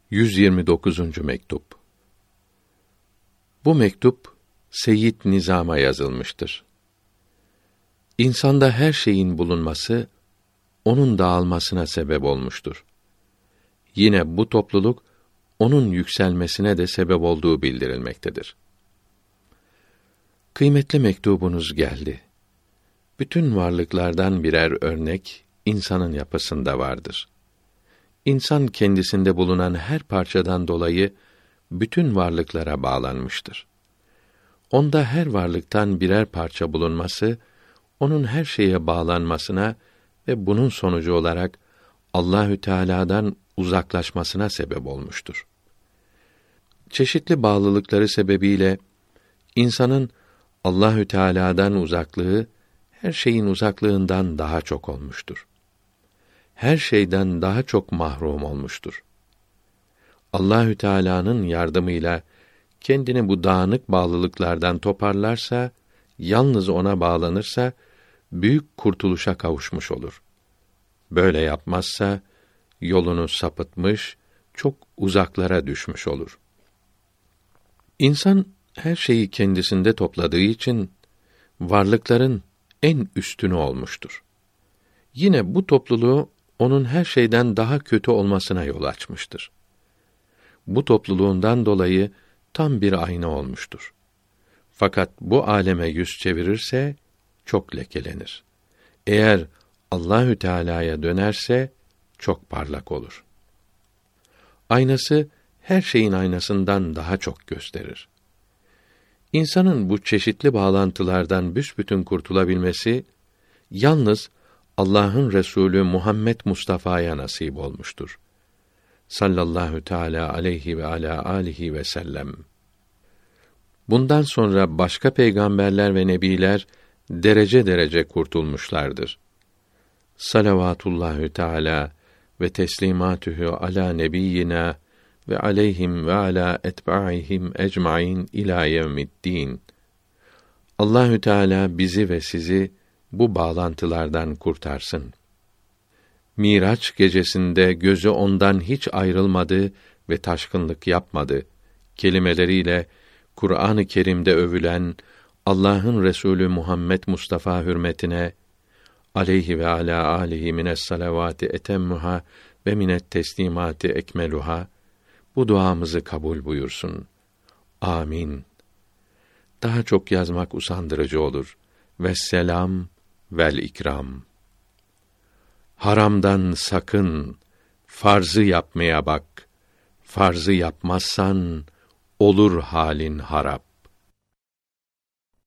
129. mektup. Bu mektup Seyyid Nizam'a yazılmıştır. İnsanda her şeyin bulunması onun dağılmasına sebep olmuştur. Yine bu topluluk onun yükselmesine de sebep olduğu bildirilmektedir. Kıymetli mektubunuz geldi. Bütün varlıklardan birer örnek insanın yapısında vardır. İnsan kendisinde bulunan her parçadan dolayı bütün varlıklara bağlanmıştır. Onda her varlıktan birer parça bulunması, onun her şeye bağlanmasına ve bunun sonucu olarak Allahü Teala'dan uzaklaşmasına sebep olmuştur. Çeşitli bağlılıkları sebebiyle insanın Allahü Teala'dan uzaklığı her şeyin uzaklığından daha çok olmuştur. Her şeyden daha çok mahrum olmuştur. Allahü Teala'nın yardımıyla kendini bu dağınık bağlılıklardan toparlarsa, yalnız ona bağlanırsa büyük kurtuluşa kavuşmuş olur. Böyle yapmazsa yolunu sapıtmış, çok uzaklara düşmüş olur. İnsan her şeyi kendisinde topladığı için varlıkların en üstünü olmuştur. Yine bu topluluğu onun her şeyden daha kötü olmasına yol açmıştır. Bu topluluğundan dolayı tam bir ayna olmuştur. Fakat bu aleme yüz çevirirse çok lekelenir. Eğer Allahü Teala'ya dönerse çok parlak olur. Aynası her şeyin aynasından daha çok gösterir. İnsanın bu çeşitli bağlantılardan büsbütün kurtulabilmesi yalnız Allah'ın Resulü Muhammed Mustafa'ya nasip olmuştur. Sallallahu teala aleyhi ve ala alihi ve sellem. Bundan sonra başka peygamberler ve nebiler derece derece kurtulmuşlardır. Salavatullahü teala ve teslimatühü ala nebiyyina ve aleyhim ve ala etba'ihim ecmaîn ilâ yevmiddin. Allahü Teala bizi ve sizi bu bağlantılardan kurtarsın. Miraç gecesinde gözü ondan hiç ayrılmadı ve taşkınlık yapmadı kelimeleriyle Kur'an-ı Kerim'de övülen Allah'ın Resulü Muhammed Mustafa hürmetine aleyhi ve ala alihi mines salavati etemmuha ve minet teslimati ekmeluha bu duamızı kabul buyursun. Amin. Daha çok yazmak usandırıcı olur. Vesselam vel ikram. Haramdan sakın, farzı yapmaya bak. Farzı yapmazsan olur halin harap.